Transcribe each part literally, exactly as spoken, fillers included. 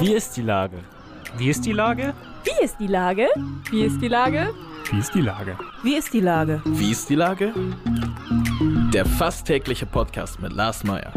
Wie ist die Lage? Wie ist die Lage? Wie ist die Lage? Wie ist die Lage? Wie ist die Lage? Wie ist die Lage? Wie ist die Lage? Der fast tägliche Podcast mit Lars Meyer.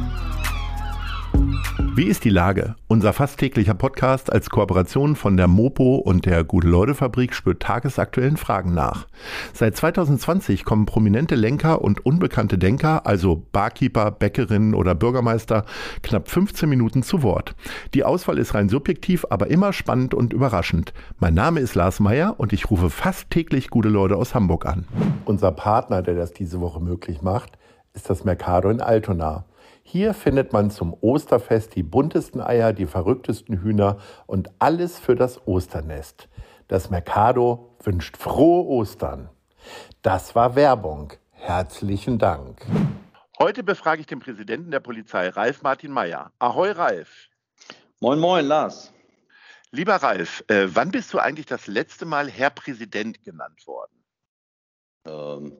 Wie ist die Lage? Unser fast täglicher Podcast als Kooperation von der Mopo und der Gute-Leute-Fabrik spürt tagesaktuellen Fragen nach. Seit zwanzig zwanzig kommen prominente Lenker und unbekannte Denker, also Barkeeper, Bäckerinnen oder Bürgermeister, knapp fünfzehn Minuten zu Wort. Die Auswahl ist rein subjektiv, aber immer spannend und überraschend. Mein Name ist Lars Meyer und ich rufe fast täglich gute Leute aus Hamburg an. Unser Partner, der das diese Woche möglich macht, ist das Mercado in Altona. Hier findet man zum Osterfest die buntesten Eier, die verrücktesten Hühner und alles für das Osternest. Das Mercado wünscht frohe Ostern. Das war Werbung. Herzlichen Dank. Heute befrage ich den Präsidenten der Polizei, Ralf Martin Meyer. Ahoi, Ralf. Moin, moin, Lars. Lieber Ralf, äh, wann bist du eigentlich das letzte Mal Herr Präsident genannt worden? Ähm,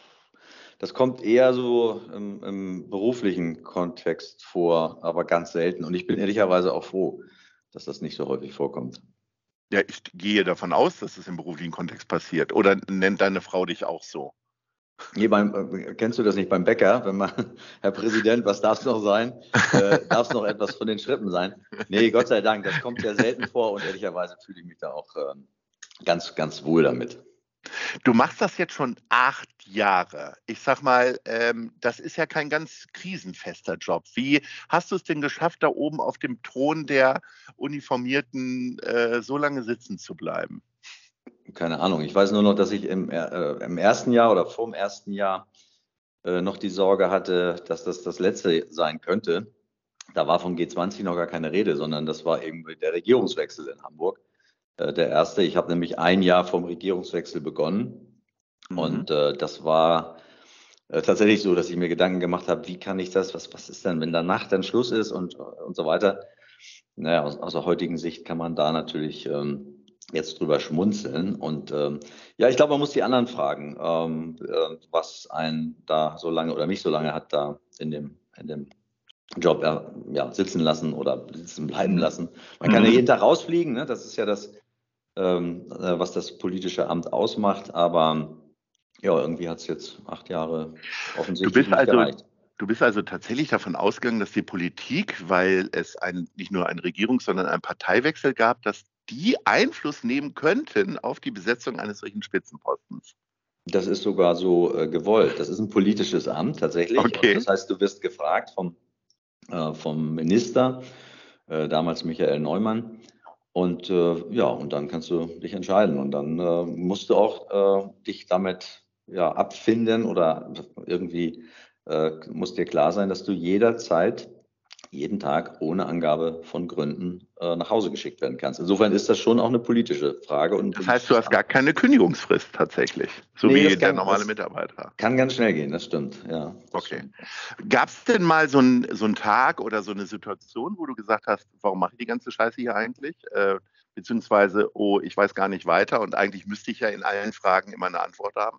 das kommt eher so im, im beruflichen Kontext vor, aber ganz selten. Und ich bin ehrlicherweise auch froh, dass das nicht so häufig vorkommt. Ja, ich gehe davon aus, dass es im beruflichen Kontext passiert. Oder nennt deine Frau dich auch so? Nee, beim, kennst du das nicht beim Bäcker, wenn man, Herr Präsident, was darf es noch sein? Äh, darf es noch etwas von den Schrippen sein? Nee, Gott sei Dank, das kommt ja selten vor und ehrlicherweise fühle ich mich da auch äh, ganz, ganz wohl damit. Du machst das jetzt schon acht Jahre. Ich sag mal, ähm, das ist ja kein ganz krisenfester Job. Wie hast du es denn geschafft, da oben auf dem Thron der Uniformierten äh, so lange sitzen zu bleiben? Keine Ahnung. Ich weiß nur noch, dass ich im, äh, im ersten Jahr oder vor dem ersten Jahr äh, noch die Sorge hatte, dass das das letzte sein könnte. Da war von G zwanzig noch gar keine Rede, sondern das war irgendwie der Regierungswechsel in Hamburg. Der erste. Ich habe nämlich ein Jahr vom Regierungswechsel begonnen mhm. und äh, das war äh, tatsächlich so, dass ich mir Gedanken gemacht habe, wie kann ich das, was, was ist denn, wenn danach dann Schluss ist und, und so weiter. Naja, aus, aus der heutigen Sicht kann man da natürlich ähm, jetzt drüber schmunzeln und ähm, ja, ich glaube, man muss die anderen fragen, ähm, äh, was einen da so lange oder mich so lange hat da in dem, in dem Job ja, sitzen lassen oder sitzen bleiben lassen. Man kann ja jeden Tag rausfliegen, ne? Das ist ja das, ähm, was das politische Amt ausmacht, aber ja, irgendwie hat es jetzt acht Jahre offensichtlich du bist nicht also, gereicht. Du bist also tatsächlich davon ausgegangen, dass die Politik, weil es ein, nicht nur einen Regierungs-, sondern einen Parteiwechsel gab, dass die Einfluss nehmen könnten auf die Besetzung eines solchen Spitzenpostens. Das ist sogar so äh, gewollt. Das ist ein politisches Amt tatsächlich. Okay. Und das heißt, du wirst gefragt vom äh, vom Minister, äh, damals Michael Neumann. Und äh, ja, und dann kannst du dich entscheiden. Und dann äh, musst du auch äh, dich damit ja, abfinden oder irgendwie äh, muss dir klar sein, dass du jederzeit, jeden Tag ohne Angabe von Gründen äh, nach Hause geschickt werden kannst. Insofern ist das schon auch eine politische Frage. Und das heißt, du hast gar keine Kündigungsfrist tatsächlich, so nee, wie der kann, normale Mitarbeiter. Kann ganz schnell gehen, das stimmt. Ja, das okay. Stimmt. Gab es denn mal so einen so einen Tag oder so eine Situation, wo du gesagt hast, warum mache ich die ganze Scheiße hier eigentlich? Äh, beziehungsweise, oh, ich weiß gar nicht weiter und eigentlich müsste ich ja in allen Fragen immer eine Antwort haben?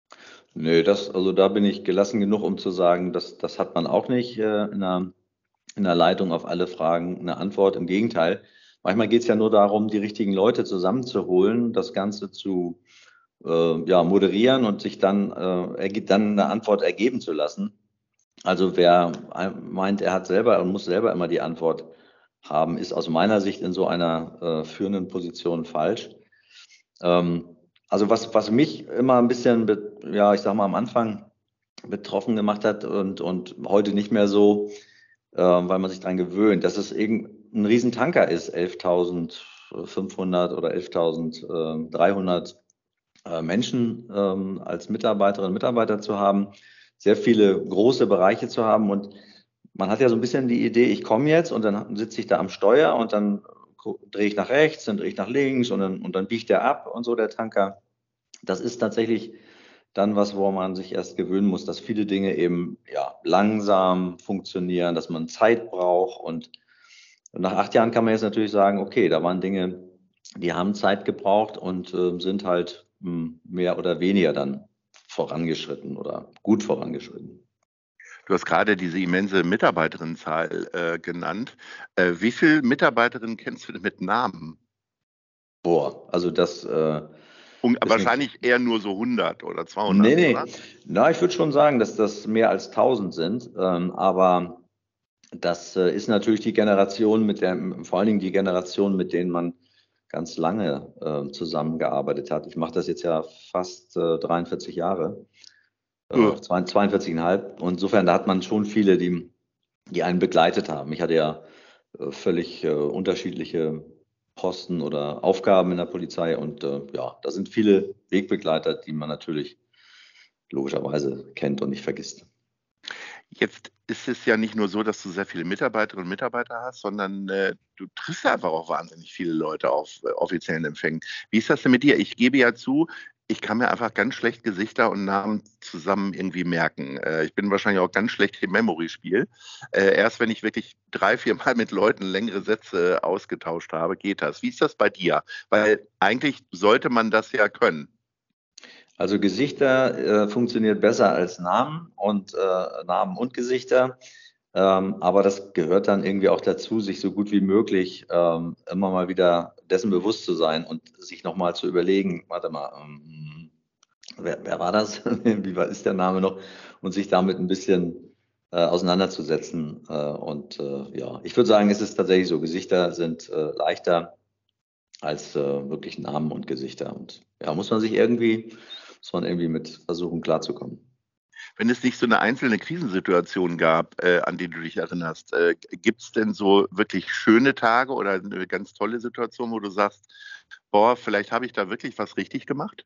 Nö, das, also da bin ich gelassen genug, um zu sagen, das, das hat man auch nicht äh, in einer in der Leitung auf alle Fragen eine Antwort. Im Gegenteil, manchmal geht es ja nur darum, die richtigen Leute zusammenzuholen, das Ganze zu äh, ja, moderieren und sich dann, äh, dann eine Antwort ergeben zu lassen. Also wer meint, er hat selber und muss selber immer die Antwort haben, ist aus meiner Sicht in so einer äh, führenden Position falsch. Ähm, also was, was mich immer ein bisschen, be- ja, ich sag mal am Anfang betroffen gemacht hat und, und heute nicht mehr so, weil man sich daran gewöhnt, dass es irgendein Riesentanker ist, elftausendfünfhundert oder elftausenddreihundert Menschen als Mitarbeiterinnen und Mitarbeiter zu haben, sehr viele große Bereiche zu haben und man hat ja so ein bisschen die Idee, ich komme jetzt und dann sitze ich da am Steuer und dann drehe ich nach rechts, dann drehe ich nach links und dann, und dann biegt der ab und so, der Tanker. Das ist tatsächlich dann was, wo man sich erst gewöhnen muss, dass viele Dinge eben ja langsam funktionieren, dass man Zeit braucht. Und nach acht Jahren kann man jetzt natürlich sagen, okay, da waren Dinge, die haben Zeit gebraucht und äh, sind halt mh, mehr oder weniger dann vorangeschritten oder gut vorangeschritten. Du hast gerade diese immense Mitarbeiterinnenzahl äh, genannt. Äh, wie viele Mitarbeiterinnen kennst du denn mit Namen? Boah, also das äh, Un ist wahrscheinlich nicht. eher nur so hundert oder Nee, zweihundert, nee. oder? Na, ich würde schon sagen, dass das mehr als tausend sind. Ähm, aber das äh, ist natürlich die Generation, mit der, vor allen Dingen die Generation, mit denen man ganz lange äh, zusammengearbeitet hat. Ich mache das jetzt ja fast äh, dreiundvierzig Jahre, Äh, äh, zweiundvierzig Komma fünf. Und insofern, da hat man schon viele, die, die einen begleitet haben. Ich hatte ja äh, völlig äh, unterschiedliche Posten oder Aufgaben in der Polizei. Und äh, ja, da sind viele Wegbegleiter, die man natürlich logischerweise kennt und nicht vergisst. Jetzt ist es ja nicht nur so, dass du sehr viele Mitarbeiterinnen und Mitarbeiter hast, sondern äh, du triffst ja einfach auch wahnsinnig viele Leute auf äh, offiziellen Empfängen. Wie ist das denn mit dir? Ich gebe ja zu, ich kann mir einfach ganz schlecht Gesichter und Namen zusammen irgendwie merken. Äh, ich bin wahrscheinlich auch ganz schlecht im Memory-Spiel. Äh, erst wenn ich wirklich drei, vier Mal mit Leuten längere Sätze ausgetauscht habe, geht das. Wie ist das bei dir? Weil eigentlich sollte man das ja können. Also Gesichter äh, funktioniert besser als Namen und äh, Namen und Gesichter. Ähm, aber das gehört dann irgendwie auch dazu, sich so gut wie möglich ähm, immer mal wieder dessen bewusst zu sein und sich nochmal zu überlegen, warte mal, ähm, wer, wer war das? Wie war, ist der Name noch? Und sich damit ein bisschen äh, auseinanderzusetzen. Äh, und äh, ja, ich würde sagen, es ist tatsächlich so, Gesichter sind äh, leichter als äh, wirklich Namen und Gesichter. Und ja, muss man sich irgendwie muss man irgendwie mit versuchen klarzukommen. Wenn es nicht so eine einzelne Krisensituation gab, äh, an die du dich erinnerst, äh, gibt es denn so wirklich schöne Tage oder eine ganz tolle Situation, wo du sagst, boah, vielleicht habe ich da wirklich was richtig gemacht?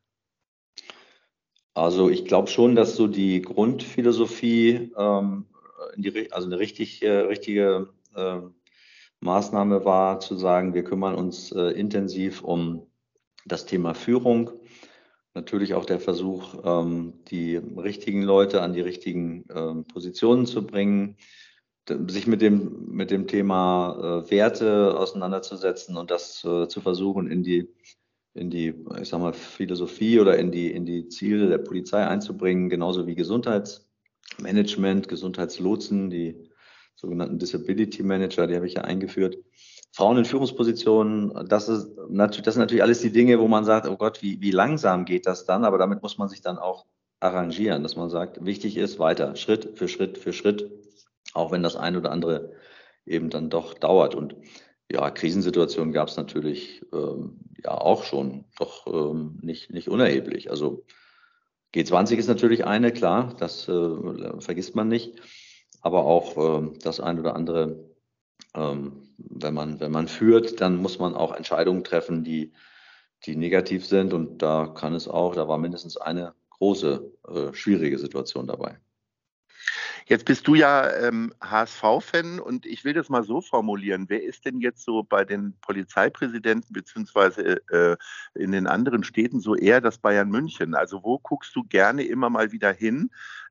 Also ich glaube schon, dass so die Grundphilosophie, ähm, in die, also eine richtig, äh, richtige äh, Maßnahme war, zu sagen, wir kümmern uns äh, intensiv um das Thema Führung. Natürlich auch der Versuch, ähm, die richtigen Leute an die richtigen ähm, Positionen zu bringen, d- sich mit dem, mit dem Thema äh, Werte auseinanderzusetzen und das äh, zu versuchen, in die, in die, ich sag mal, Philosophie oder in die, in die Ziele der Polizei einzubringen, genauso wie Gesundheitsmanagement, Gesundheitslotsen, die sogenannten Disability Manager, die habe ich ja eingeführt. Frauen in Führungspositionen, das ist natürlich, das sind natürlich alles die Dinge, wo man sagt, oh Gott, wie, wie langsam geht das dann? Aber damit muss man sich dann auch arrangieren, dass man sagt, wichtig ist weiter, Schritt für Schritt für Schritt, auch wenn das ein oder andere eben dann doch dauert. Und ja, Krisensituationen gab es natürlich ähm, ja auch schon, doch ähm, nicht, nicht unerheblich. Also G zwanzig ist natürlich eine, klar, das äh, vergisst man nicht, aber auch ähm, das ein oder andere. Ähm, wenn man, wenn man führt, dann muss man auch Entscheidungen treffen, die, die negativ sind. Und da kann es auch, da war mindestens eine große, äh, schwierige Situation dabei. Jetzt bist du ja ähm, H S V-Fan und ich will das mal so formulieren. Wer ist denn jetzt so bei den Polizeipräsidenten beziehungsweise äh, in den anderen Städten so eher das Bayern München? Also wo guckst du gerne immer mal wieder hin?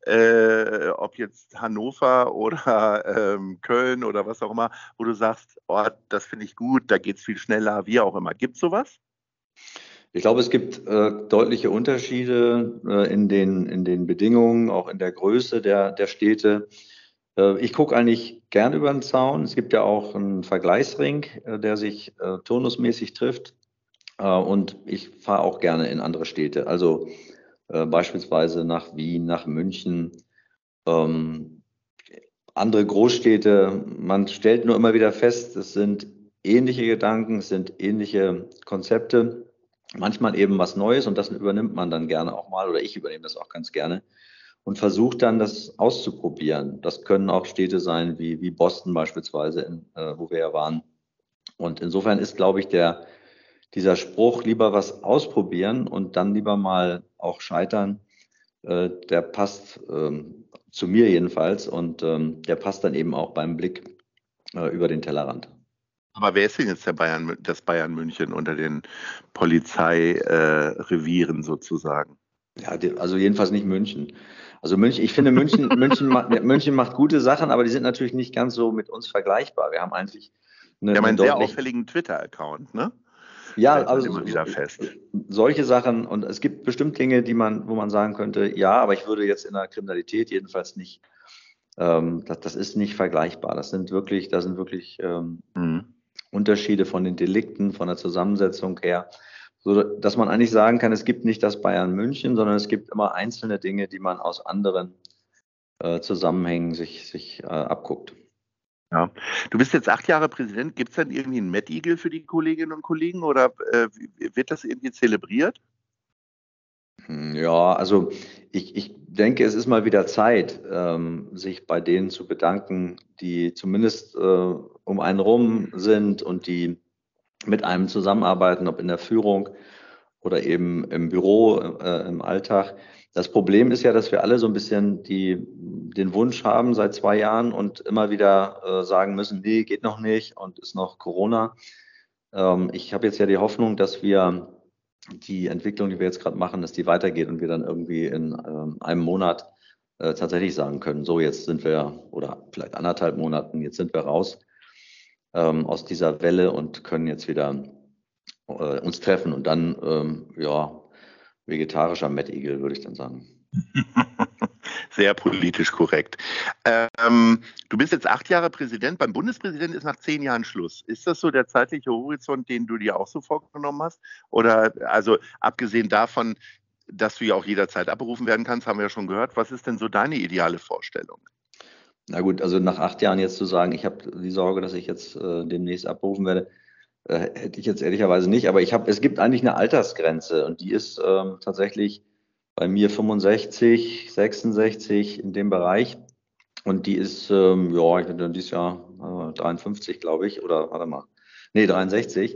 Äh, ob jetzt Hannover oder ähm, Köln oder was auch immer, wo du sagst, oh, das finde ich gut, da geht es viel schneller, wie auch immer. Gibt es sowas? Ich glaube, es gibt äh, deutliche Unterschiede äh, in den, in den Bedingungen, auch in der Größe der, der Städte. Äh, ich gucke eigentlich gern über den Zaun. Es gibt ja auch einen Vergleichsring, äh, der sich äh, turnusmäßig trifft. Äh, und ich fahre auch gerne in andere Städte, also äh, beispielsweise nach Wien, nach München, ähm, andere Großstädte. Man stellt nur immer wieder fest, es sind ähnliche Gedanken, es sind ähnliche Konzepte. Manchmal eben was Neues und das übernimmt man dann gerne auch mal oder ich übernehme das auch ganz gerne und versuche dann das auszuprobieren. Das können auch Städte sein wie, wie Boston beispielsweise, in, äh, wo wir ja waren. Und insofern ist, glaube ich, der, dieser Spruch, lieber was ausprobieren und dann lieber mal auch scheitern, äh, der passt ähm, zu mir jedenfalls und ähm, der passt dann eben auch beim Blick äh, über den Tellerrand. Aber wer ist denn jetzt der Bayern, das Bayern München unter den Polizeirevieren äh, sozusagen? Ja, die, also jedenfalls nicht München. Also München, ich finde München, München, macht, München macht gute Sachen, aber die sind natürlich nicht ganz so mit uns vergleichbar. Wir haben eigentlich eine, Wir haben eine einen sehr deutlich, auffälligen Twitter-Account, ne? ja, Stellt man also immer so, wieder fest. solche Sachen und es gibt bestimmt Dinge, die man, wo man sagen könnte, ja, aber ich würde jetzt in der Kriminalität jedenfalls nicht Ähm, das, das ist nicht vergleichbar. Das sind wirklich, das sind wirklich ähm, Mhm. Unterschiede von den Delikten, von der Zusammensetzung her, so dass man eigentlich sagen kann, es gibt nicht das Bayern München, sondern es gibt immer einzelne Dinge, die man aus anderen äh, Zusammenhängen sich, sich äh, abguckt. Ja. Du bist jetzt acht Jahre Präsident. Gibt es dann irgendwie einen Mad Eagle für die Kolleginnen und Kollegen oder äh, wird das irgendwie zelebriert? Ja, also ich, ich denke, es ist mal wieder Zeit, ähm, sich bei denen zu bedanken, die zumindest äh, um einen rum sind und die mit einem zusammenarbeiten, ob in der Führung oder eben im Büro, äh, im Alltag. Das Problem ist ja, dass wir alle so ein bisschen die, den Wunsch haben seit zwei Jahren und immer wieder äh, sagen müssen, nee, geht noch nicht und ist noch Corona. Ähm, ich habe jetzt ja die Hoffnung, dass wir die Entwicklung, die wir jetzt gerade machen, dass die weitergeht und wir dann irgendwie in ähm, einem Monat äh, tatsächlich sagen können, so jetzt sind wir, oder vielleicht anderthalb Monaten, jetzt sind wir raus ähm, aus dieser Welle und können jetzt wieder äh, uns treffen und dann, ähm, ja, vegetarischer Mad Eagle, würde ich dann sagen. Sehr politisch korrekt. Ähm, du bist jetzt acht Jahre Präsident. Beim Bundespräsidenten ist nach zehn Jahren Schluss. Ist das so der zeitliche Horizont, den du dir auch so vorgenommen hast? Oder, also abgesehen davon, dass du ja auch jederzeit abberufen werden kannst, haben wir ja schon gehört. Was ist denn so deine ideale Vorstellung? Na gut, also nach acht Jahren jetzt zu sagen, ich habe die Sorge, dass ich jetzt äh, demnächst abberufen werde, äh, hätte ich jetzt ehrlicherweise nicht. Aber ich habe, es gibt eigentlich eine Altersgrenze und die ist ähm, tatsächlich bei mir fünfundsechzig, sechsundsechzig in dem Bereich. Und die ist, ähm, ja, ich bin dann dieses Jahr äh, dreiundfünfzig, glaube ich, oder warte mal, nee, dreiundsechzig.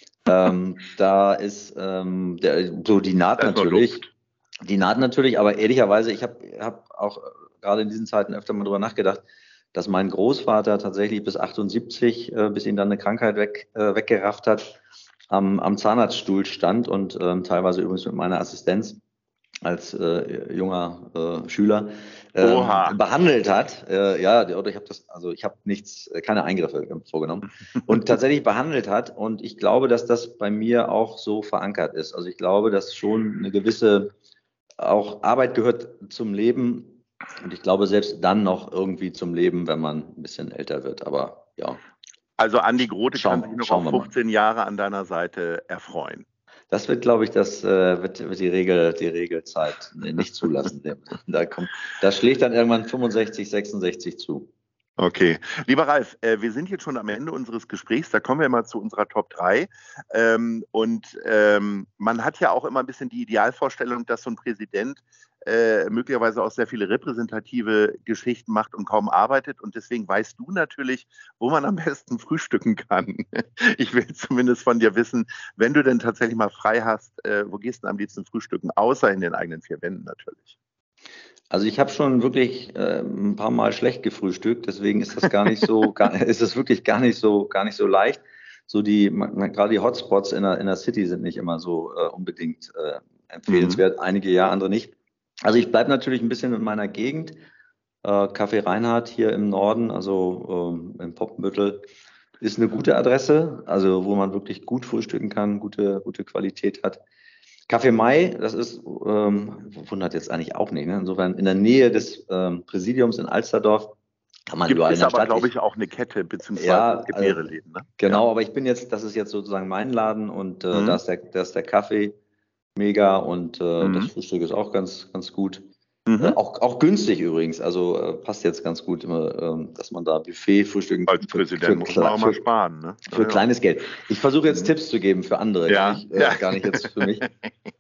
Ähm, da ist ähm, der, so die naht Da ist noch natürlich, Luft. die naht natürlich, aber ehrlicherweise, ich habe hab auch gerade in diesen Zeiten öfter mal drüber nachgedacht, dass mein Großvater tatsächlich bis achtundsiebzig, äh, bis ihn dann eine Krankheit weg, äh, weggerafft hat, am, am Zahnarztstuhl stand und ähm, teilweise übrigens mit meiner Assistenz als äh, junger äh, Schüler ähm, behandelt hat. Äh, ja, oder ich habe das, also ich habe nichts, keine Eingriffe vorgenommen und tatsächlich behandelt hat. Und ich glaube, dass das bei mir auch so verankert ist. Also ich glaube, dass schon eine gewisse auch Arbeit gehört zum Leben. Und ich glaube, selbst dann noch irgendwie zum Leben, wenn man ein bisschen älter wird. Aber ja. Also Andi Grote Schauen- kann sich noch schauen auf wir mal. fünfzehn Jahre an deiner Seite erfreuen. Das wird, glaube ich, das äh, wird, wird die Regel, die Regelzeit nicht zulassen. Da kommt, da schlägt dann irgendwann fünfundsechzig, sechsundsechzig zu. Okay. Lieber Ralf, äh, wir sind jetzt schon am Ende unseres Gesprächs, da kommen wir mal zu unserer Top drei. Ähm, und ähm, man hat ja auch immer ein bisschen die Idealvorstellung, dass so ein Präsident äh, möglicherweise auch sehr viele repräsentative Geschichten macht und kaum arbeitet. Und deswegen weißt du natürlich, wo man am besten frühstücken kann. Ich will zumindest von dir wissen, wenn du denn tatsächlich mal frei hast, äh, wo gehst du denn am liebsten frühstücken? Außer in den eigenen vier Wänden natürlich. Also ich habe schon wirklich äh, ein paar Mal schlecht gefrühstückt, deswegen ist das gar nicht so, gar, ist das wirklich gar nicht so, gar nicht so leicht. So die, man, gerade die Hotspots in der, in der City sind nicht immer so äh, unbedingt äh, empfehlenswert, mhm. einige ja, andere nicht. Also ich bleibe natürlich ein bisschen in meiner Gegend. Äh, Café Reinhardt hier im Norden, also ähm, im Poppenbüttel, ist eine gute Adresse, also wo man wirklich gut frühstücken kann, gute, gute Qualität hat. Café Mai, das ist, ähm, wundert jetzt eigentlich auch nicht, ne? Insofern in der Nähe des ähm, Präsidiums in Alsterdorf kann man Gibt überall es in der aber, Stadt. glaube ich, auch eine Kette, beziehungsweise ja, es gibt mehrere also, Läden. Ne? Genau, ja. aber ich bin jetzt, das ist jetzt sozusagen mein Laden und äh, mhm. da, ist der, da ist der Kaffee mega und äh, mhm. das Frühstück ist auch ganz, ganz gut. Mhm. Äh, auch, auch günstig übrigens, also äh, passt jetzt ganz gut immer, äh, dass man da Buffet frühstücken Als Präsident für, muss man auch mal sparen. Ne? Für ja, kleines ja. Geld. Ich versuche jetzt mhm. Tipps zu geben für andere, ja. gar, nicht, äh, ja. gar nicht jetzt für mich.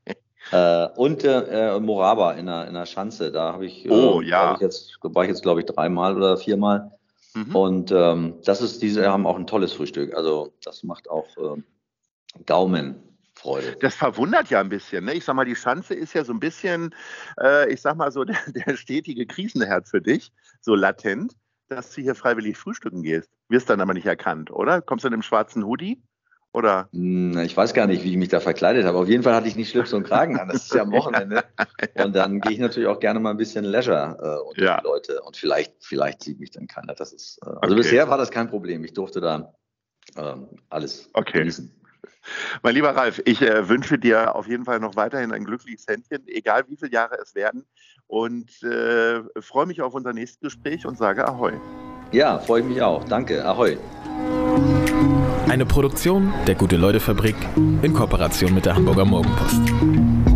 Äh, und äh, Moraba in der, in der Schanze, da habe ich, oh, äh, ja. ich jetzt, war ich jetzt, glaube ich, dreimal oder viermal. Mhm. Und ähm, das ist, diese haben auch ein tolles Frühstück. Also das macht auch äh, Gaumenfreude. Das verwundert ja ein bisschen. Ne? Ich sag mal, die Schanze ist ja so ein bisschen, äh, ich sag mal so, der, der stetige Krisenherd für dich, so latent, dass du hier freiwillig frühstücken gehst. Wirst dann aber nicht erkannt, oder? Kommst du in einem schwarzen Hoodie? Oder? Ich weiß gar nicht, wie ich mich da verkleidet habe. Auf jeden Fall hatte ich nicht Schlips und Kragen an. Das ist ja am Wochenende. Und dann gehe ich natürlich auch gerne mal ein bisschen Leisure äh, unter ja. die Leute. Und vielleicht, vielleicht sieht mich dann keiner. Das ist, äh, also okay. bisher war das kein Problem. Ich durfte da äh, alles okay. genießen. Mein lieber Ralf, ich äh, wünsche dir auf jeden Fall noch weiterhin ein glückliches Händchen, egal wie viele Jahre es werden. Und äh, freue mich auf unser nächstes Gespräch und sage Ahoi. Ja, freue ich mich auch. Danke. Ahoi. Eine Produktion der Gute-Leute-Fabrik in Kooperation mit der Hamburger Morgenpost.